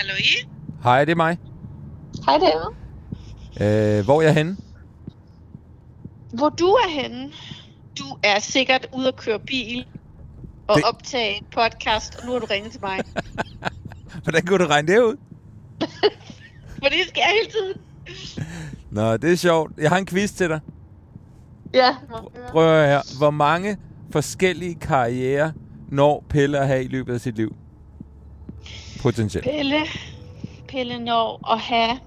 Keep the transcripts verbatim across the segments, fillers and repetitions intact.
Hallo I? Hej, det er mig. Hej David. Øh, hvor er jeg henne? Hvor du er henne? Du er sikkert ude at køre bil og det... optage en podcast, og nu har du ringet til mig. Hvordan kunne du regne det ud? For det sker hele tiden. Nå, det er sjovt. Jeg har en quiz til dig. Ja. Prøv at høre her. Hvor mange forskellige karrierer når Pelle at have i løbet af sit liv? Potentielt. Pelle, Pelle når at have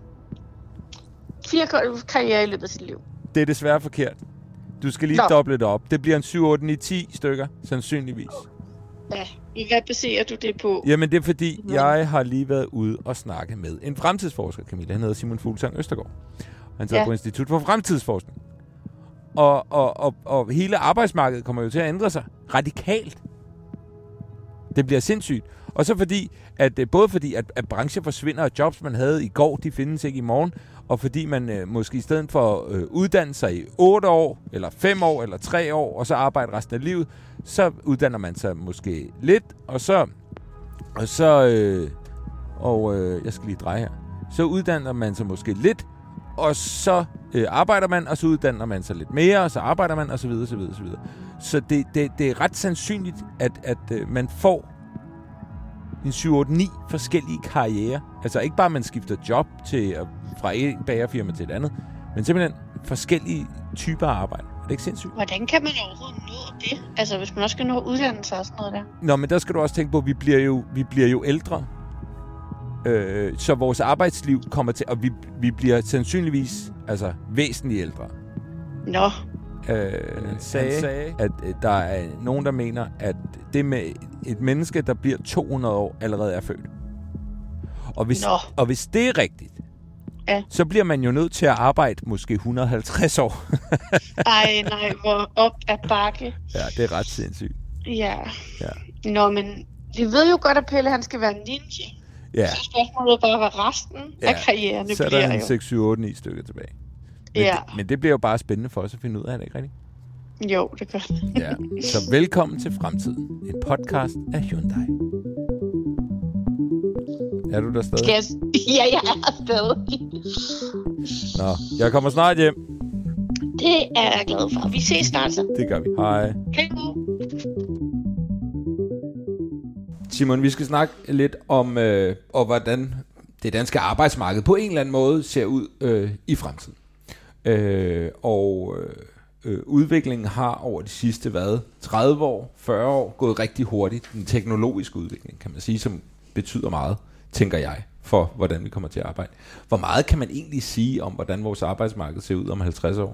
fire karrierer i løbet af sit liv. Det er desværre forkert. Du skal lige Nå. doble det op. Det bliver en syv, otte, ni, ti stykker, sandsynligvis. Ja, hvad baserer du det på? Jamen det er fordi, Nå. jeg har lige været ude og snakke med en fremtidsforsker, Camilla. Han hedder Simon Fuglsang Østergaard. Han sidder ja. på Institut for Fremtidsforskning. Og, og, og, og hele arbejdsmarkedet kommer jo til at ændre sig radikalt. Det bliver sindssygt. Og så fordi, at både fordi, at, at brancher forsvinder, og jobs, man havde i går, de findes ikke i morgen, og fordi man øh, måske i stedet for øh, uddanne sig i otte år, eller fem år, eller tre år, og så arbejde resten af livet, så uddanner man sig måske lidt, og så, og så, øh, og øh, jeg skal lige dreje her, så uddanner man sig måske lidt, og så øh, arbejder man, og så uddanner man sig lidt mere, og så arbejder man, og så videre, så videre, så videre. Så det, det, det er ret sandsynligt, at, at øh, man får en syv, otte, ni forskellige karrierer. Altså ikke bare, at man skifter job til, fra en bagerfirma til et andet, men simpelthen forskellige typer af arbejde. Er det ikke sindssygt? Hvordan kan man overhovedet nå det? Altså hvis man også skal nå uddannelse og sådan noget der. Nå, men der skal du også tænke på, at vi bliver jo, vi bliver jo ældre. Øh, så vores arbejdsliv kommer til, og vi, vi bliver sandsynligvis altså væsentligt ældre. Nå. Øh, han, sagde, han sagde, at øh, der er nogen, der mener, at det med et menneske, der bliver to hundrede år, allerede er født. Og hvis, og hvis det er rigtigt, ja. så bliver man jo nødt til at arbejde måske et hundrede og halvtreds år. Ej, nej, hvor op ad bakke. Ja, det er ret sindssygt. Ja. ja. Nå, men vi ved jo godt, at Pelle han skal være ninja. Ja. Så spørgsmålet er bare, hvad resten ja. af karrieren bliver jo. Så er der en seks, syv, otte, ni stykker tilbage. Men, ja. det, men det bliver jo bare spændende for os at finde ud af, er det ikke rigtigt? Jo, det gør det. Ja. Så velkommen til Fremtiden. En podcast af Hyundai. Er du der stadig? Jeg... Ja, jeg er stadig. Nå, jeg kommer snart hjem. Det er jeg glad for. Vi ses snart så. Det gør vi. Hej. Hej. Simon, vi skal snakke lidt om, øh, og hvordan det danske arbejdsmarked på en eller anden måde ser ud øh, i fremtiden. Øh, og øh, udviklingen har over de sidste hvad, tredive år, fyrre år gået rigtig hurtigt. Den teknologiske udvikling, kan man sige, som betyder meget, tænker jeg, for hvordan vi kommer til at arbejde. Hvor meget kan man egentlig sige om, hvordan vores arbejdsmarked ser ud om halvtreds år?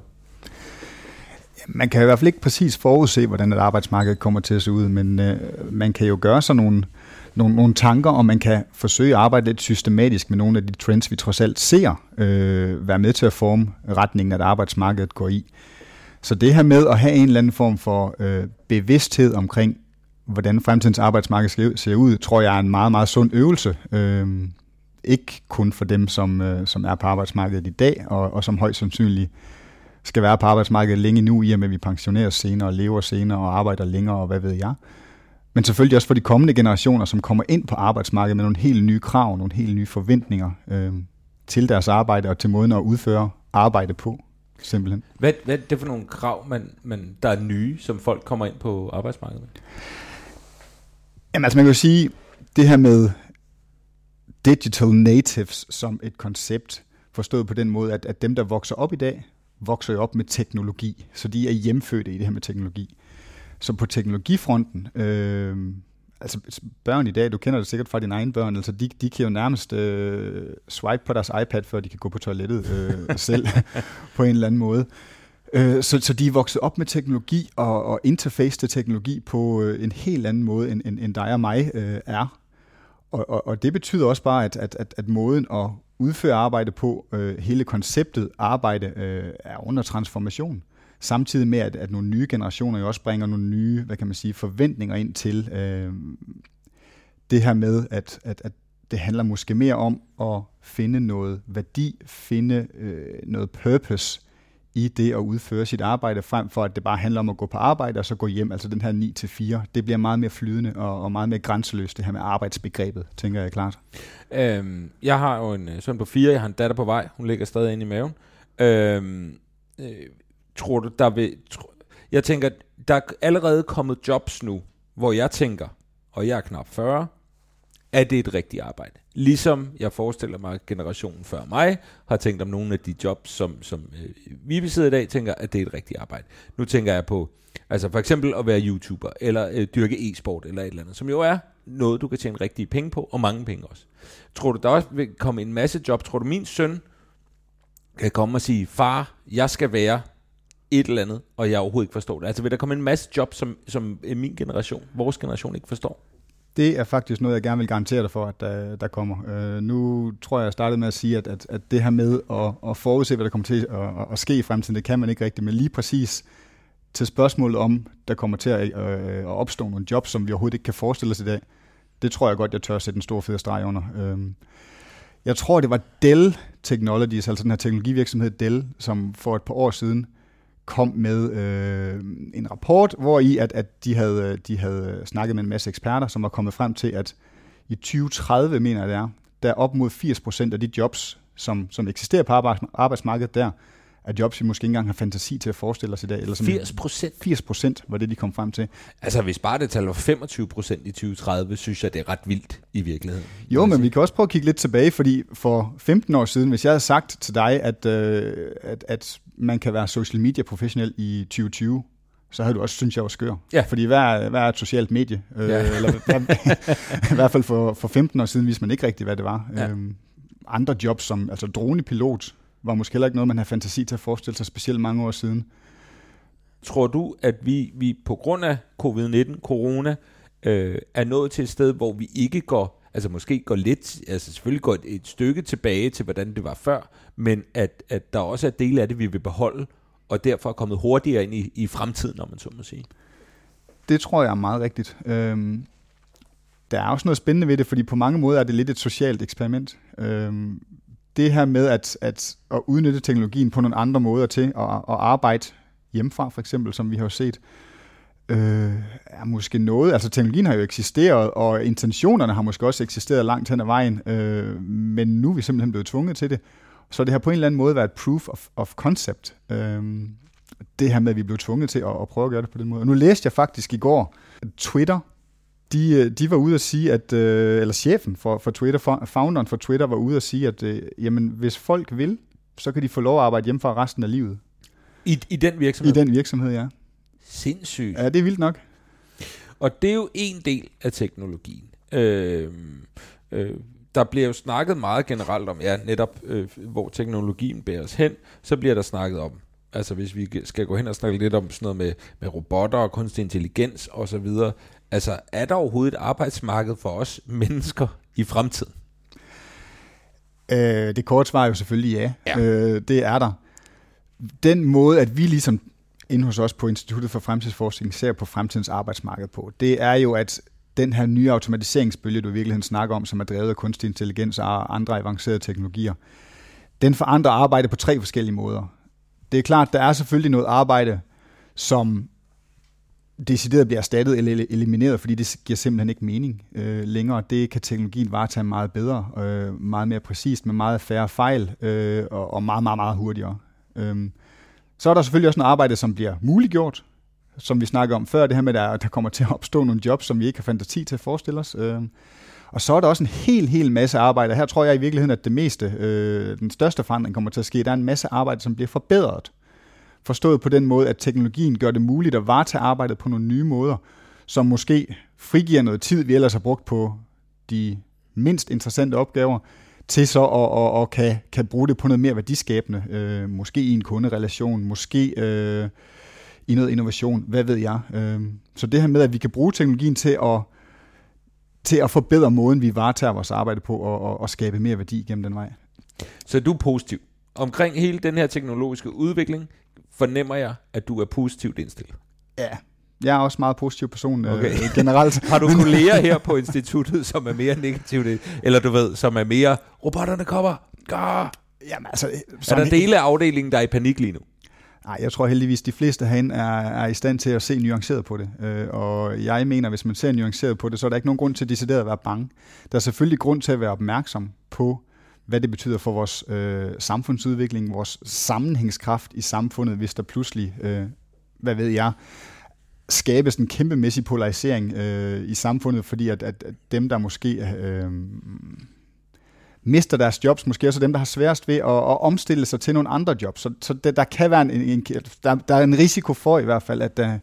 Man kan i hvert fald ikke præcis forudse, hvordan et arbejdsmarked kommer til at se ud, men øh, man kan jo gøre sig nogle, nogle, nogle tanker, og man kan forsøge at arbejde lidt systematisk med nogle af de trends, vi trods alt ser, øh, være med til at forme retningen, at arbejdsmarkedet går i. Så det her med at have en eller anden form for øh, bevidsthed omkring, hvordan fremtidens arbejdsmarked ser ud, tror jeg er en meget, meget sund øvelse. Øh, ikke kun for dem, som, øh, som er på arbejdsmarkedet i dag, og, og som højst sandsynligt skal være på arbejdsmarkedet længe nu, i og med at vi pensionerer senere, og lever senere og arbejder længere, og hvad ved jeg. Men selvfølgelig også for de kommende generationer, som kommer ind på arbejdsmarkedet med nogle helt nye krav, nogle helt nye forventninger øh, til deres arbejde og til måden at udføre arbejde på, simpelthen. Hvad, hvad er det for nogle krav, man, man, der er nye, som folk kommer ind på arbejdsmarkedet med? Jamen altså man kan jo sige, det her med digital natives som et koncept, forstået på den måde, at, at dem, der vokser op i dag, vokser jo op med teknologi, så de er hjemfødte i det her med teknologi. Så på teknologifronten, øh, altså børn i dag, du kender det sikkert fra dine egne børn, altså de, de kan jo nærmest øh, swipe på deres iPad, før de kan gå på toilettet øh, selv på en eller anden måde. Øh, så, så de er vokset op med teknologi og, og interface til teknologi på øh, en helt anden måde, end, end, end dig og mig øh, er. Og, og, og det betyder også bare, at, at, at, at måden at udføre arbejde på, øh, hele konceptet arbejde, øh, er under transformation. Samtidig med, at, at nogle nye generationer jo også bringer nogle nye, hvad kan man sige, forventninger ind til øh, det her med, at, at, at det handler måske mere om at finde noget værdi, finde øh, noget purpose i det at udføre sit arbejde, frem for at det bare handler om at gå på arbejde og så gå hjem, altså den her ni til fire. Det bliver meget mere flydende og, og meget mere grænseløst, det her med arbejdsbegrebet, tænker jeg klart. Øhm, jeg har jo en søn på fire, jeg har en datter på vej, hun ligger stadig inde i maven. Øhm, øh, tror du, der vil... Tro, jeg tænker, der er allerede kommet jobs nu, hvor jeg tænker, og jeg er knap fyrre, at det er et rigtigt arbejde. Ligesom jeg forestiller mig, at generationen før mig har tænkt om nogle af de jobs, som, som øh, vi besidder i dag, tænker, at det er et rigtigt arbejde. Nu tænker jeg på, altså for eksempel at være YouTuber, eller øh, dyrke e-sport, eller et eller andet, som jo er noget, du kan tjene rigtige penge på, og mange penge også. Tror du, der også vil komme en masse job? Tror du, min søn kan komme og sige, far, jeg skal være et eller andet, og jeg overhovedet ikke forstår det? Altså vil der komme en masse job, som, som min generation, vores generation ikke forstår? Det er faktisk noget, jeg gerne vil garantere dig for, at der, der kommer. Øh, nu tror jeg, jeg startede med at sige, at, at, at det her med at, at forudse, hvad der kommer til at, at, at ske i fremtiden, det kan man ikke rigtigt. Men lige præcis til spørgsmålet om, der kommer til at, øh, at opstå nogle jobs, som vi overhovedet ikke kan forestille os i dag, det tror jeg godt, jeg tør sætte en stor fed streg under. Øh, jeg tror, det var Dell Technologies, altså den her teknologivirksomhed Dell, som for et par år siden kom med øh, en rapport, hvor i at, at de, havde, de havde snakket med en masse eksperter, som var kommet frem til, at i tyve tredive, mener jeg det er, der er op mod firs procent af de jobs, som, som eksisterer på arbejds, arbejdsmarkedet der, er jobs, vi måske ikke engang har fantasi til at forestille os i dag. Eller som firs procent? firs procent var det, de kom frem til. Altså, hvis bare det tal var femogtyve procent i tyve tredive, synes jeg, det er ret vildt i virkeligheden. Jo, men vi kan også prøve at kigge lidt tilbage, fordi for femten år siden, hvis jeg havde sagt til dig, at, øh, at, at man kan være social media professionel i tyve tyve, så havde du også syntes, jeg var skør. Ja. Fordi hvad er, hvad er et socialt medie? Øh, ja. eller, hvad, i hvert fald for, for femten år siden vidste man ikke rigtigt, hvad det var. Ja. Øhm, andre jobs som altså dronepilot var måske heller ikke noget, man havde fantasi til at forestille sig, specielt mange år siden. Tror du, at vi, vi på grund af covid nitten, corona, øh, er nået til et sted, hvor vi ikke går, altså måske går lidt, altså selvfølgelig går et, et stykke tilbage til, hvordan det var før, men at, at der også er dele af det, vi vil beholde, og derfor er kommet hurtigere ind i, i fremtiden, når man så må sige? Det tror jeg er meget rigtigt. Øhm, der er også noget spændende ved det, fordi på mange måder er det lidt et socialt eksperiment. Øhm, det her med at, at, at udnytte teknologien på nogle andre måder til at, at arbejde hjemmefra, for eksempel, som vi har set, øh, er måske noget. Altså teknologien har jo eksisteret, og intentionerne har måske også eksisteret langt hen ad vejen, øh, men nu er vi simpelthen blevet tvunget til det. Så det har på en eller anden måde været et proof of, of concept. Øh, det her med, at vi blev tvunget til at, at prøve at gøre det på den måde. Og nu læste jeg faktisk i går, at Twitter, de, de var ude at sige, at, øh, eller chefen for, for Twitter, founderen for Twitter, var ude at sige, at øh, jamen, hvis folk vil, så kan de få lov at arbejde hjemmefra resten af livet. I, I den virksomhed? I den virksomhed, ja. Sindssygt. Ja, det er vildt nok. Og det er jo en del af teknologien. Øh, øh, der bliver jo snakket meget generelt om, ja, netop øh, hvor teknologien bærer os hen, så bliver der snakket om, altså hvis vi skal gå hen og snakke lidt om sådan noget med, med robotter og kunstig intelligens og så videre, altså er der overhovedet et arbejdsmarked for os mennesker i fremtiden? Øh, det korte svar er jo selvfølgelig ja. ja. Øh, det er der. Den måde, at vi ligesom inde hos os på Instituttet for Fremtidsforskning ser på fremtidens arbejdsmarked på, det er jo, at den her nye automatiseringsbølge, du i virkeligheden snakker om, som er drevet af kunstig intelligens og andre avancerede teknologier, den forandrer arbejde på tre forskellige måder. Det er klart, der er selvfølgelig noget arbejde, som decideret bliver erstattet eller elimineret, fordi det giver simpelthen ikke mening øh, længere. Det kan teknologien varetage meget bedre, øh, meget mere præcist, med meget færre fejl øh, og, og meget, meget, meget hurtigere. Øh, så er der selvfølgelig også noget arbejde, som bliver muliggjort, som vi snakkede om før, det her med, at der kommer til at opstå nogle jobs, som vi ikke har fantasi til at forestille os. Øh, og så er der også en hel, hel masse arbejde. Her tror jeg i virkeligheden, at det meste, øh, den største forandring kommer til at ske. Der er en masse arbejde, som bliver forbedret. Forstået på den måde, at teknologien gør det muligt at varetage arbejdet på nogle nye måder, som måske frigiver noget tid, vi ellers har brugt på de mindst interessante opgaver, til så at, at, at kan, kan bruge det på noget mere værdiskabende. Øh, måske i en kunderelation, måske øh, i noget innovation, hvad ved jeg. Øh, så det her med, at vi kan bruge teknologien til at, til at forbedre måden, vi varetager vores arbejde på, og, og, og skabe mere værdi gennem den vej. Så du er positiv. Omkring hele den her teknologiske udvikling, fornemmer jeg, at du er positivt indstillet. Ja, jeg er også meget positiv person okay. øh, generelt. Har du kolleger her på instituttet, som er mere negative, eller du ved, som er mere, robotterne kommer, Gah! Jamen, altså, er der dele af afdelingen, der er i panik lige nu? Nej, jeg tror heldigvis, de fleste herinde er, er i stand til at se nuanceret på det. Øh, og jeg mener, hvis man ser nuanceret på det, så er der ikke nogen grund til decideret at være bange. Der er selvfølgelig grund til at være opmærksom på, hvad det betyder for vores øh, samfundsudvikling, vores sammenhængskraft i samfundet, hvis der pludselig, øh, hvad ved jeg, skabes en kæmpemæssig polarisering øh, i samfundet, fordi at, at, at dem, der måske øh, mister deres jobs, måske også dem, der har sværest ved at, at omstille sig til nogle andre jobs. Så, så der, der kan være en, en, der, der er en risiko for i hvert fald, at, der,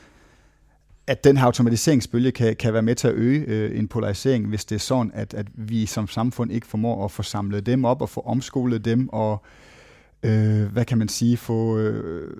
at den her automatiseringsbølge kan, kan være med til at øge øh, en polarisering, hvis det er sådan, at, at vi som samfund ikke formår at få samlet dem op og få omskolet dem og, øh, hvad kan man sige, få... Øh,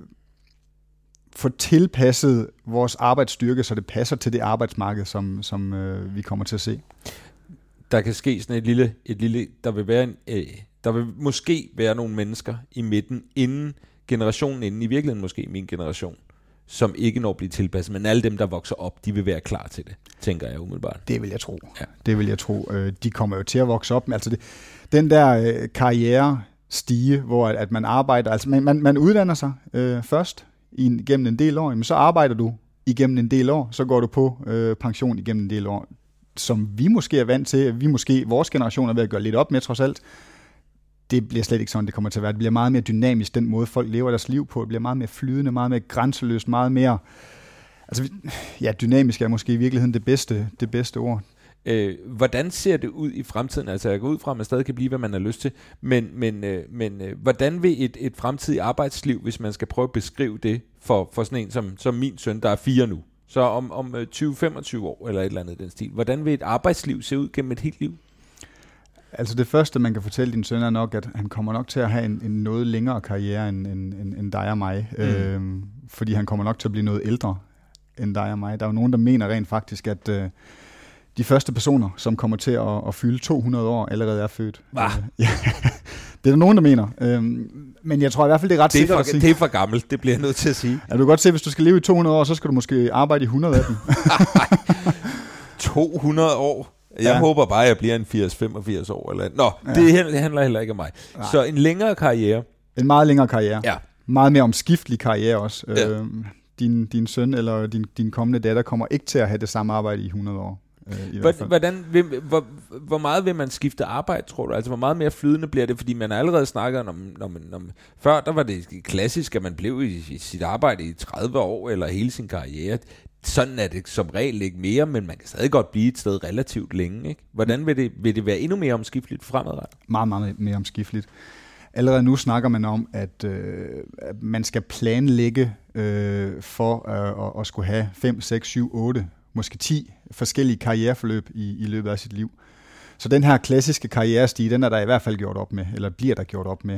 få tilpasset vores arbejdsstyrke, så det passer til det arbejdsmarked, som, som øh, vi kommer til at se. Der kan ske sådan et lille, et lille der vil være en, øh, der vil måske være nogle mennesker i midten, inden generationen inden, i virkeligheden måske min generation, som ikke når at blive tilpasset, men alle dem, der vokser op, de vil være klar til det, tænker jeg umiddelbart. Det vil jeg tro. Ja. Det vil jeg tro. De kommer jo til at vokse op. Altså det, den der øh, karrierestige, hvor at, at man arbejder, altså man, man, man uddanner sig øh, først, igennem en del år, men så arbejder du igennem en del år, så går du på øh, pension igennem en del år, som vi måske er vant til, vi måske, vores generation er ved at gøre lidt op med trods alt. Det bliver slet ikke sådan, det kommer til at være. Det bliver meget mere dynamisk, den måde folk lever deres liv på. Det bliver meget mere flydende, meget mere grænseløst, meget mere... Altså, ja, dynamisk er måske i virkeligheden det bedste, det bedste ord. Øh, hvordan ser det ud i fremtiden? Altså jeg går ud fra, at man stadig kan blive, hvad man har lyst til, men, men, øh, men øh, hvordan vil et, et fremtidigt arbejdsliv, hvis man skal prøve at beskrive det for, for sådan en som, som min søn, der er fire nu, så om, om tyve til femogtyve år eller et eller andet den stil, hvordan vil et arbejdsliv se ud gennem et helt liv? Altså det første, man kan fortælle din søn er nok, at han kommer nok til at have en, en noget længere karriere end, end, end, end dig og mig, mm. øh, fordi han kommer nok til at blive noget ældre end dig og mig. Der er jo nogen, der mener rent faktisk, at øh, de første personer, som kommer til at, at fylde to hundrede år, allerede er født. Hva? Ja, det er der nogen, der mener. Øhm, men jeg tror i hvert fald, det er ret det er sikkert for, at sige. Det er for gammelt, det bliver jeg nødt til at sige. Ja, du kan godt se, hvis du skal leve i to hundrede år, så skal du måske arbejde i hundrede af dem. to hundrede år? Jeg ja. håber bare, at jeg bliver en firs til femogfirs år. Eller... Nå, ja. det handler heller ikke om mig. Nej. Så en længere karriere. En meget længere karriere. Ja. Meget mere omskiftelig karriere også. Ja. Øhm, din, din søn eller din, din kommende datter kommer ikke til at have det samme arbejde i hundrede år. Øh, Hvordan, vil, hvor, hvor meget vil man skifte arbejde, tror du? Altså, hvor meget mere flydende bliver det? Fordi man har allerede snakket om, om, om... Før, der var det klassisk, at man blev i, i sit arbejde i tredive år, eller hele sin karriere. Sådan er det som regel ikke mere, men man kan stadig godt blive et sted relativt længe, ikke? Hvordan vil det, vil det være endnu mere omskifteligt fremadrettet? Meget, meget mere omskifteligt. Allerede nu snakker man om, at, øh, at man skal planlægge øh, for øh, at, at skulle have fem, seks, syv, otte, måske ti forskellige karriereforløb i, i løbet af sit liv. Så den her klassiske karrierestige, den er der i hvert fald gjort op med, eller bliver der gjort op med.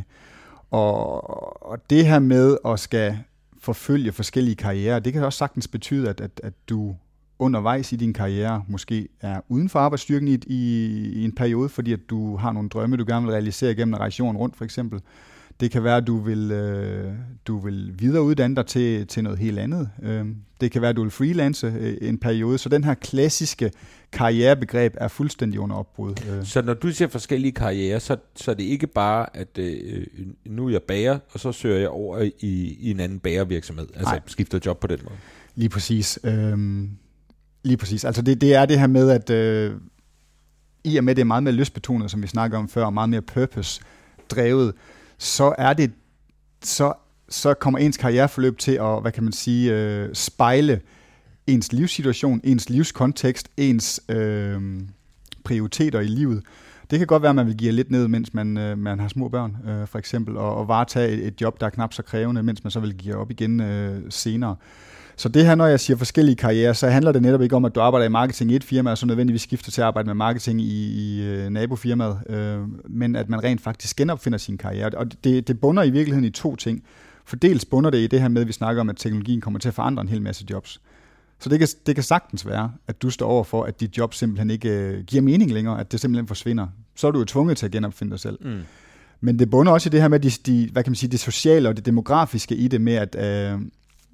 Og, og det her med at skal forfølge forskellige karrierer, det kan også sagtens betyde, at, at, at du undervejs i din karriere måske er uden for arbejdsstyrken i, i, i en periode, fordi at du har nogle drømme, du gerne vil realisere gennem en rejse jorden rundt, for eksempel. Det kan være, at du vil, øh, du vil videreuddanne dig til, til noget helt andet. Øh, det kan være, at du vil freelance øh, en periode. Så den her klassiske karrierebegreb er fuldstændig under opbrud. Øh. Så når du siger forskellige karrierer, så, så er det ikke bare, at øh, nu er jeg bager, og så søger jeg over i, i en anden bagervirksomhed. Altså Nej. skifter job på den måde. Lige præcis. Øh, lige præcis. Altså det, det er det her med, at øh, i og med det er meget mere lystbetonet, som vi snakker om før, og meget mere purpose-drevet, så er det, så, så kommer ens karriereforløb til at, hvad kan man sige, øh, spejle ens livssituation, ens livskontekst, ens øh, prioriteter i livet. Det kan godt være, at man vil give lidt ned, mens man, øh, man har små børn, øh, for eksempel, og, og varetage et, et job, der er knap så krævende, mens man så vil give op igen øh, senere. Så det her, når jeg siger forskellige karrierer, så handler det netop ikke om, at du arbejder i marketing i et firma, og så nødvendigvis skifter til at arbejde med marketing i, i uh, nabofirmaet, øh, men at man rent faktisk genopfinder sin karriere. Og det, det bunder i virkeligheden i to ting. For dels bunder det i det her med, at vi snakker om, at teknologien kommer til at forandre en hel masse jobs. Så det kan, det kan sagtens være, at du står over for, at dit job simpelthen ikke uh, giver mening længere, at det simpelthen forsvinder. Så er du jo tvunget til at genopfinde dig selv. Mm. Men det bunder også i det her med, de, de, hvad kan man sige, det sociale og det demografiske i det med, at... Uh,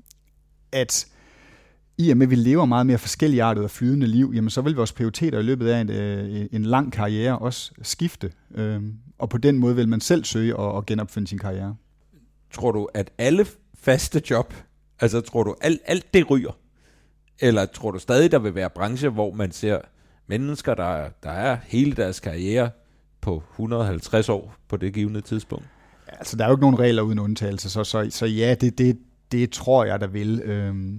at i og med, at vi lever meget mere forskelligartet og flydende liv, jamen så vil vores prioriteter i løbet af en, øh, en lang karriere også skifte. Øh, og på den måde vil man selv søge at, at genopfinde sin karriere. Tror du, at alle faste job? Altså, tror du, alt, alt det ryger? Eller tror du stadig, der vil være brancher, hvor man ser mennesker, der, der er hele deres karriere på et hundrede og halvtreds år på det givne tidspunkt? Altså, der er jo ikke nogen regler uden undtagelse, så, så, så ja, det, det, det tror jeg, der vil. Øhm,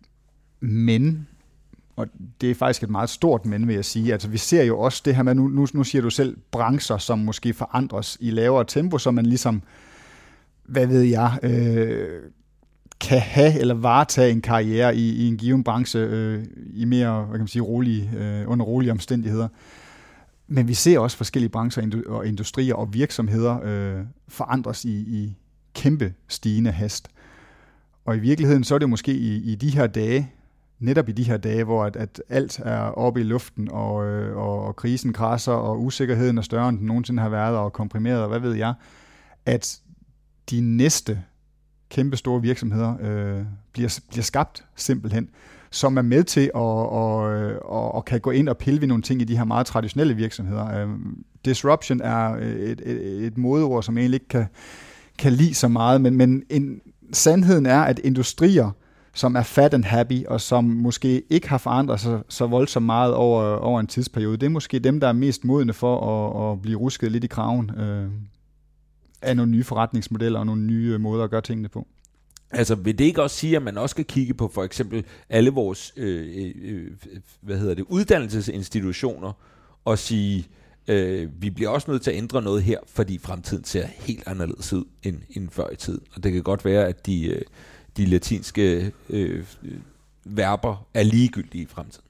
men, og det er faktisk et meget stort men, vil jeg sige, altså vi ser jo også det her med, nu, nu, nu siger du selv, brancher, som måske forandres i lavere tempo, så man ligesom, hvad ved jeg, øh, kan have eller varetage en karriere i, i en given branche øh, i mere, hvad kan man sige, rolige, øh, under rolige omstændigheder. Men vi ser også forskellige brancher og industrier og virksomheder øh, forandres i, i kæmpe stigende hast. Og i virkeligheden så er det måske i, i de her dage, netop i de her dage, hvor at, at alt er oppe i luften, og, øh, og, og krisen krasser, og usikkerheden er større, end den nogensinde har været, og komprimeret, og hvad ved jeg, at de næste kæmpe store virksomheder øh, bliver, bliver skabt simpelthen, som er med til at og, og, og kan gå ind og pille ved nogle ting i de her meget traditionelle virksomheder. Uh, disruption er et, et, et modeord, som egentlig ikke kan, kan lide så meget, men, men en, sandheden er, at industrier, som er fat and happy, og som måske ikke har forandret sig så voldsomt meget over, over en tidsperiode, det er måske dem, der er mest modne for at, at blive rusket lidt i kraven uh, af nogle nye forretningsmodeller og nogle nye måder at gøre tingene på. Altså vil det ikke også sige, at man også skal kigge på for eksempel alle vores øh, øh, hvad hedder det, uddannelsesinstitutioner og sige, øh, vi bliver også nødt til at ændre noget her, fordi fremtiden ser helt anderledes ud end, end før i tiden. Og det kan godt være, at de, øh, de latinske øh, verber er ligegyldige i fremtiden.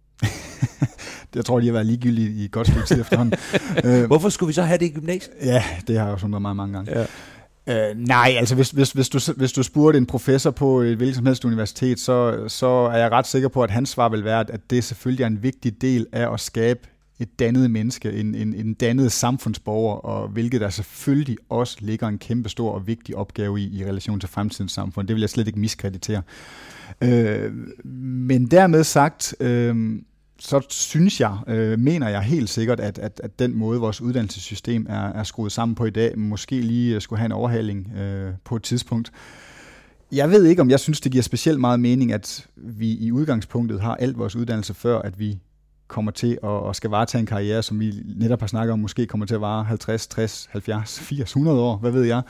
Jeg tror, de har været ligegyldige i et godt stykke tid efterhånden. Hvorfor skulle vi så have det i gymnasiet? Ja, det har jeg jo sådan meget mange gange. Ja. Uh, nej, altså hvis, hvis, hvis, du, hvis du spurgte en professor på et hvilket som helst universitet, så, så er jeg ret sikker på, at hans svar vil være, at det selvfølgelig er en vigtig del af at skabe et dannet menneske, en, en, en dannet samfundsborger, og hvilket der selvfølgelig også ligger en kæmpe stor og vigtig opgave i, i relation til fremtidens samfund. Det vil jeg slet ikke miskreditere. Uh, men dermed sagt, uh, så synes jeg, øh, mener jeg helt sikkert, at, at, at den måde, vores uddannelsessystem er, er skruet sammen på i dag, måske lige skulle have en overhaling øh, på et tidspunkt. Jeg ved ikke, om jeg synes, det giver specielt meget mening, at vi i udgangspunktet har alt vores uddannelse før, at vi kommer til at, at skal varetage en karriere, som vi netop har snakket om, måske kommer til at vare halvtreds, tres, halvfjerds, firs, hundrede år, hvad ved jeg.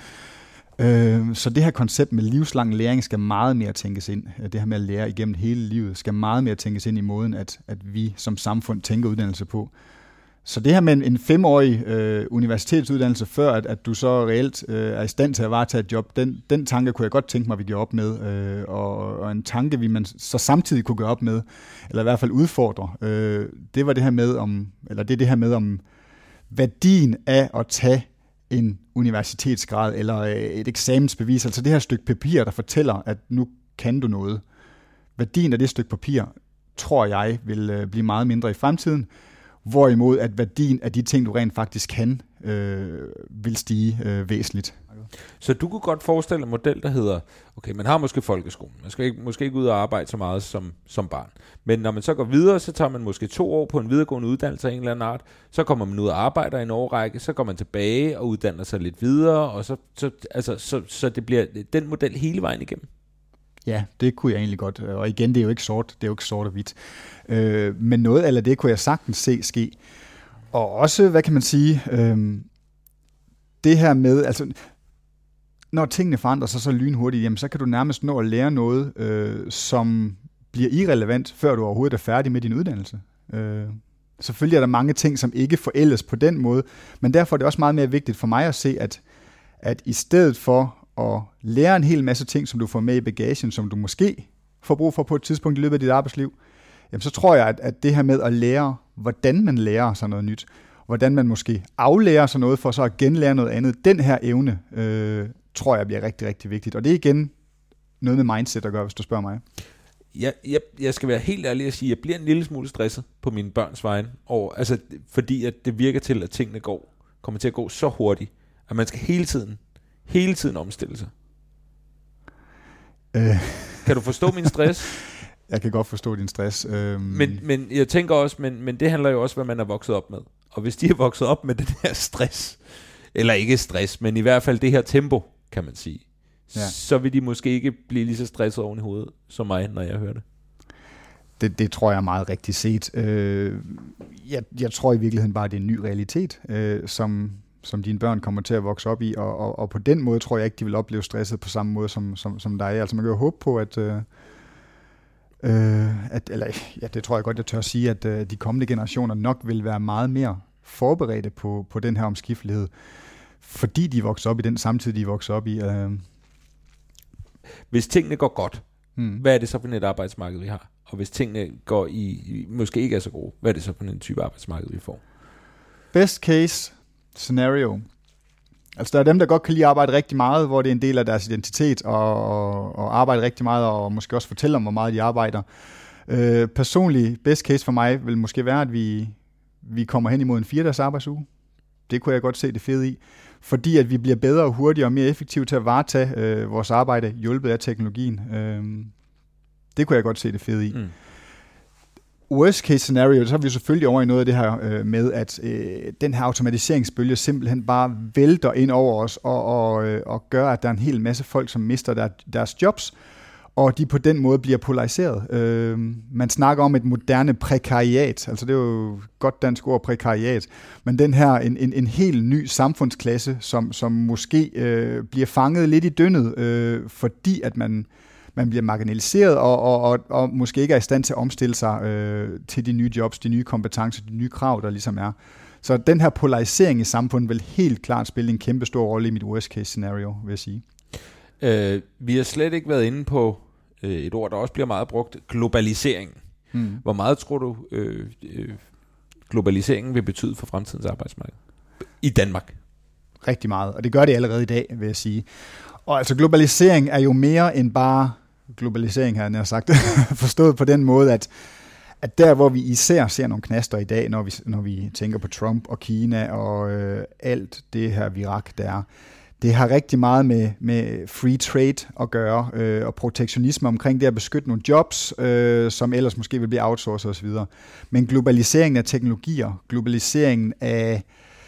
Så det her koncept med livslang læring skal meget mere tænkes ind. Det her med at lære igennem hele livet skal meget mere tænkes ind i måden, at, at vi som samfund tænker uddannelse på. Så det her med en, en femårig øh, universitetsuddannelse, før at, at du så reelt øh, er i stand til at varetage et job, den, den tanke kunne jeg godt tænke mig, at vi gjorde op med. Øh, og, og en tanke, vi man så samtidig kunne gøre op med, eller i hvert fald udfordre, øh, det var det her med om, eller det er det her med om værdien af at tage en universitetsgrad eller et eksamensbevis, altså det her stykke papir, der fortæller, at nu kan du noget. Værdien af det stykke papir, tror jeg, vil blive meget mindre i fremtiden, hvorimod at værdien af de ting, du rent faktisk kan, øh, vil stige øh, væsentligt. Så du kunne godt forestille en model, der hedder, okay, man har måske folkeskolen, man skal ikke, måske ikke ud og arbejde så meget som, som barn, men når man så går videre, så tager man måske to år på en videregående uddannelse af en eller anden art, så kommer man ud og arbejder i en årrække, så går man tilbage og uddanner sig lidt videre, og så, så, altså, så, så det bliver den model hele vejen igennem. Ja, det kunne jeg egentlig godt, og igen, det er jo ikke sort, det er jo ikke sort og hvidt, øh, men noget af det kunne jeg sagtens se ske, og også, hvad kan man sige, øh, det her med, altså når tingene forandrer sig så lynhurtigt, jamen, så kan du nærmest nå at lære noget, øh, som bliver irrelevant, før du overhovedet er færdig med din uddannelse. Øh, selvfølgelig er der mange ting, som ikke forældes på den måde, men derfor er det også meget mere vigtigt for mig at se, at, at i stedet for at lære en hel masse ting, som du får med i bagagen, som du måske får brug for på et tidspunkt i løbet af dit arbejdsliv, jamen, så tror jeg, at, at det her med at lære, hvordan man lærer sig noget nyt, hvordan man måske aflærer sig noget for så at genlære noget andet, den her evne, øh, tror jeg bliver rigtig, rigtig vigtigt. Og det er igen noget med mindset at gøre, hvis du spørger mig. Jeg, jeg, jeg skal være helt ærlig at sige, at jeg bliver en lille smule stresset på mine børns vegne, og, altså, fordi at det virker til, at tingene går, kommer til at gå så hurtigt, at man skal hele tiden, hele tiden omstille sig. Øh. Kan du forstå min stress? Jeg kan godt forstå din stress. Øhm. Men, men jeg tænker også, men, men det handler jo også, hvad man er vokset op med. Og hvis de er vokset op med den her stress, eller ikke stress, men i hvert fald det her tempo, kan man sige, ja. så vil de måske ikke blive lige så stresset oven i hovedet som mig, når jeg hører det. Det, det tror jeg er meget rigtigt set. Øh, jeg, jeg tror i virkeligheden bare, at det er en ny realitet, øh, som, som dine børn kommer til at vokse op i, og, og, og på den måde tror jeg ikke, de vil opleve stresset på samme måde som, som, som dig. Altså man kan jo håbe på, at, øh, at eller, ja, det tror jeg godt, jeg tør at sige, at øh, de kommende generationer nok vil være meget mere forberedte på, på den her omskiftelighed, fordi de vokser op i den samtid, de vokser op i. Øh. Hvis tingene går godt, hmm. hvad er det så for et arbejdsmarked, vi har? Og hvis tingene går i, måske ikke er så gode, hvad er det så for en type arbejdsmarked, vi får? Best case scenario. Altså der er dem, der godt kan lide at arbejde rigtig meget, hvor det er en del af deres identitet, og, og arbejde rigtig meget, og måske også fortælle om, hvor meget de arbejder. Øh, personligt, best case for mig, vil måske være, at vi, vi kommer hen imod en fire-dages arbejdsuge. Det kunne jeg godt se det fede i. Fordi at vi bliver bedre og hurtigere og mere effektive til at varetage øh, vores arbejde, hjulpet af teknologien. Øh, det kunne jeg godt se det fede i. Mm. Worst case scenario, så har vi selvfølgelig over i noget af det her øh, med, at øh, den her automatiseringsbølge simpelthen bare vælter ind over os og, og, øh, og gør, at der er en hel masse folk, som mister der, deres jobs, og de på den måde bliver polariseret. Øh, man snakker om et moderne prekariat, altså det er jo godt dansk ord, prekariat, men den her, en, en, en helt ny samfundsklasse, som, som måske øh, bliver fanget lidt i dyndet, øh, fordi at man man bliver marginaliseret og, og, og, og måske ikke er i stand til at omstille sig øh, til de nye jobs, de nye kompetencer, de nye krav, der ligesom er. Så den her polarisering i samfundet vil helt klart spille en kæmpe stor rolle i mit worst case scenario, vil jeg sige. Øh, vi har slet ikke været inde på øh, et ord, der også bliver meget brugt, globalisering. Hmm. Hvor meget tror du, øh, øh, globaliseringen vil betyde for fremtidens arbejdsmarked i Danmark? Rigtig meget, og det gør det allerede i dag, vil jeg sige. Og altså globalisering er jo mere end bare globalisering, har jeg sagt, forstået på den måde, at, at der, hvor vi især ser nogle knaster i dag, når vi, når vi tænker på Trump og Kina og øh, alt det her virak, der er, det har rigtig meget med, med free trade at gøre, øh, og protektionisme omkring det at beskytte nogle jobs, øh, som ellers måske vil blive outsourcet osv. Men globaliseringen af teknologier, globaliseringen af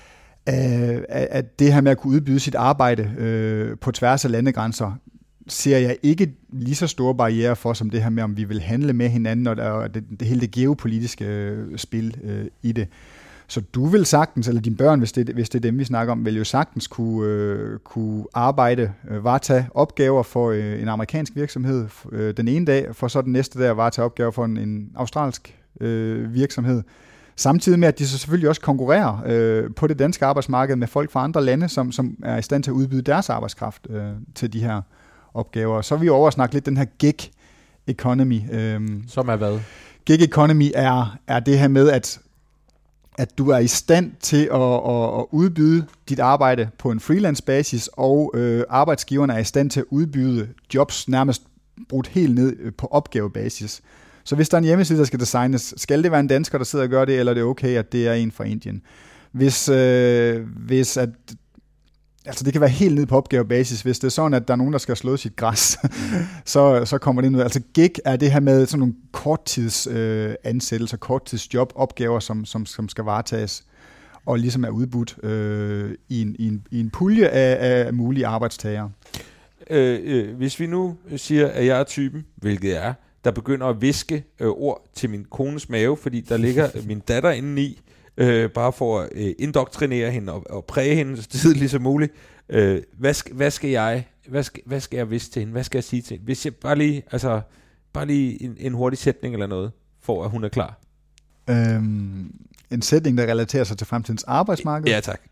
at det her med at kunne udbyde sit arbejde øh, på tværs af landegrænser, ser jeg ikke lige så store barrierer for, som det her med, om vi vil handle med hinanden, og der, det, det hele det geopolitiske øh, spil øh, i det. Så du vil sagtens, eller dine børn, hvis det, hvis det er dem, vi snakker om, vil jo sagtens kunne, øh, kunne arbejde, øh, varetage opgaver for øh, en amerikansk virksomhed øh, den ene dag, for så den næste dag at varetage opgaver for en, en australsk øh, virksomhed. Samtidig med, at de så selvfølgelig også konkurrerer øh, på det danske arbejdsmarked med folk fra andre lande, som, som er i stand til at udbyde deres arbejdskraft øh, til de her opgaver. Så er vi over at snakke lidt den her gig economy. Øh, som er hvad? Gig economy er, er det her med, at, at du er i stand til at, at, at udbyde dit arbejde på en freelance basis, og øh, arbejdsgiverne er i stand til at udbyde jobs nærmest brudt helt ned på opgavebasis. Så hvis der er en hjemmeside, der skal designes, skal det være en dansker, der sidder og gør det, eller er det okay, at det er en fra Indien? Hvis, øh, hvis at, altså det kan være helt ned på opgavebasis, hvis det er sådan, at der er nogen, der skal slå sit græs, så, så kommer det ud. Altså gig er det her med sådan nogle korttids øh, ansættelser, korttidsjob, opgaver, som, som, som skal varetages, og ligesom er udbudt øh, i, en, i, en, i en pulje af, af mulige arbejdstagere. Øh, øh, hvis vi nu siger, at jeg er typen, hvilket jeg er, der begynder at viske øh, ord til min kones mave, fordi der ligger min datter indeni, øh, bare for at øh, indoktrinere hende og, og præge hende så tidligt som muligt. Øh, hvad, skal, hvad skal jeg, hvad skal, hvad skal jeg viske til hende? Hvad skal jeg sige til hende? Hvis jeg bare lige, altså, bare lige en, en hurtig sætning eller noget, for at hun er klar. Øhm, en sætning, der relaterer sig til fremtidens arbejdsmarked? Ja, tak.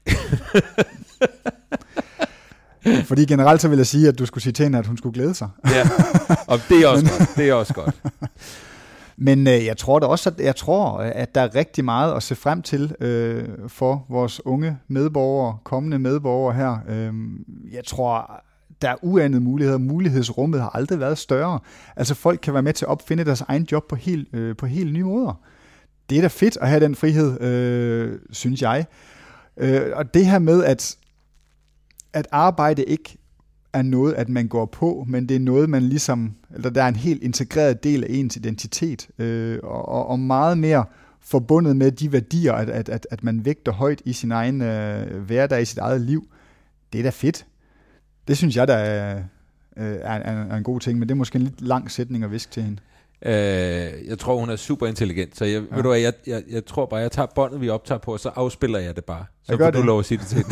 Fordi generelt så vil jeg sige, at du skulle sige til hende, at hun skulle glæde sig. Ja, og det er også godt. Det er også godt. Men øh, jeg tror da også, at jeg tror, at der er rigtig meget at se frem til øh, for vores unge medborgere, kommende medborgere her. Øh, jeg tror, der er uanede muligheder. Mulighedsrummet har aldrig været større. Altså folk kan være med til at opfinde deres egen job på helt, øh, på helt nye måder. Det er da fedt at have den frihed, øh, synes jeg. Øh, og det her med, at at arbejde ikke er noget, at man går på, men det er noget, man ligesom, eller der er en helt integreret del af ens identitet, øh, og, og meget mere forbundet med de værdier, at, at, at, at man vægter højt i sin egen øh, hverdag, i sit eget liv. Det er da fedt. Det synes jeg, der er, øh, er, er en god ting, men det er måske en lidt lang sætning at viske til hende. Øh, jeg tror, hun er super intelligent, så jeg, ja. ved du hvad, jeg, jeg, jeg tror bare, jeg tager båndet, vi optager på, og så afspiller jeg det bare. Så får du lov at sige det til hende.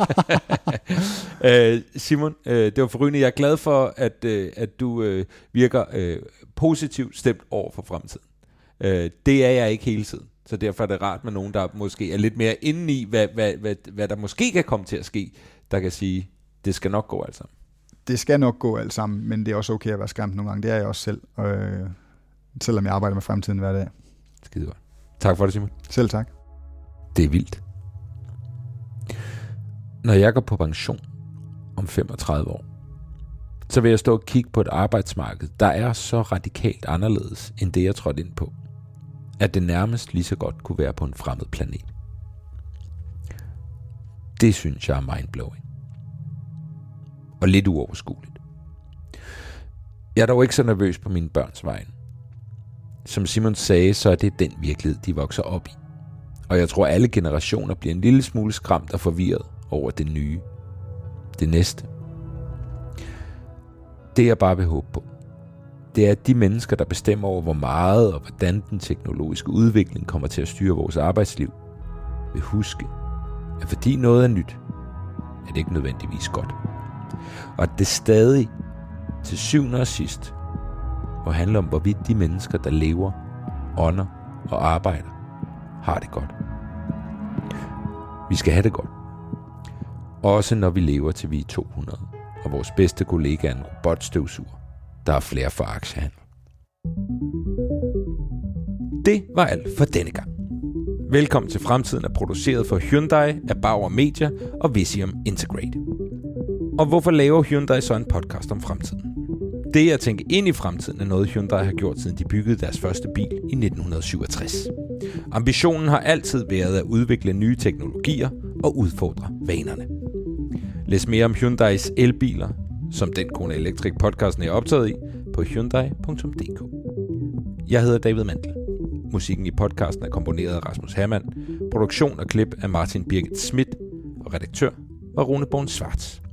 øh, Simon, øh, det var forrygende. Jeg er glad for, at, øh, at du øh, virker øh, positivt stemt over for fremtiden. Øh, det er jeg ikke hele tiden, så derfor er det rart med nogen, der måske er lidt mere inde i, hvad, hvad, hvad, hvad der måske kan komme til at ske, der kan sige, det skal nok gå alt sammen. Det skal nok gå alt sammen, men det er også okay at være skræmt nogle gange. Det er jeg også selv, øh, selvom jeg arbejder med fremtiden hver dag. Skide godt. Tak for det, Simon. Selv tak. Det er vildt. Når jeg går på pension om femogtredive år, så vil jeg stå og kigge på et arbejdsmarked, der er så radikalt anderledes, end det jeg trådte ind på, at det nærmest lige så godt kunne være på en fremmed planet. Det synes jeg er mindblowing. Og lidt uoverskueligt. Jeg er dog ikke så nervøs på mine børns vegne. Som Simon sagde, så er det den virkelighed, de vokser op i. Og jeg tror, alle generationer bliver en lille smule skræmt og forvirret over det nye. Det næste. Det jeg bare vil håbe på, det er, at de mennesker, der bestemmer over, hvor meget og hvordan den teknologiske udvikling kommer til at styre vores arbejdsliv, vil huske, at fordi noget er nyt, er det ikke nødvendigvis godt. Og at det stadig til syvende og sidst må handle om, hvorvidt de mennesker, der lever, ånder og arbejder, har det godt. Vi skal have det godt. Også når vi lever til vi er to hundrede, og vores bedste kollega er en robotstøvsuger, der har flere for aktiehandel. Det var alt for denne gang. Velkommen til Fremtiden er produceret for Hyundai af Bauer Media og Visium Integrate. Og hvorfor laver Hyundai så en podcast om fremtiden? Det at tænke ind i fremtiden er noget Hyundai har gjort siden de byggede deres første bil i nitten syvogtres. Ambitionen har altid været at udvikle nye teknologier og udfordre vanerne. Læs mere om Hyundais elbiler, som den Kone Electric podcasten er optaget i, på hyundai punktum d k. Jeg hedder David Mandel. Musikken i podcasten er komponeret af Rasmus Hermann, produktion og klip af Martin Birgit Schmidt, og redaktør var Rune Born Schwartz.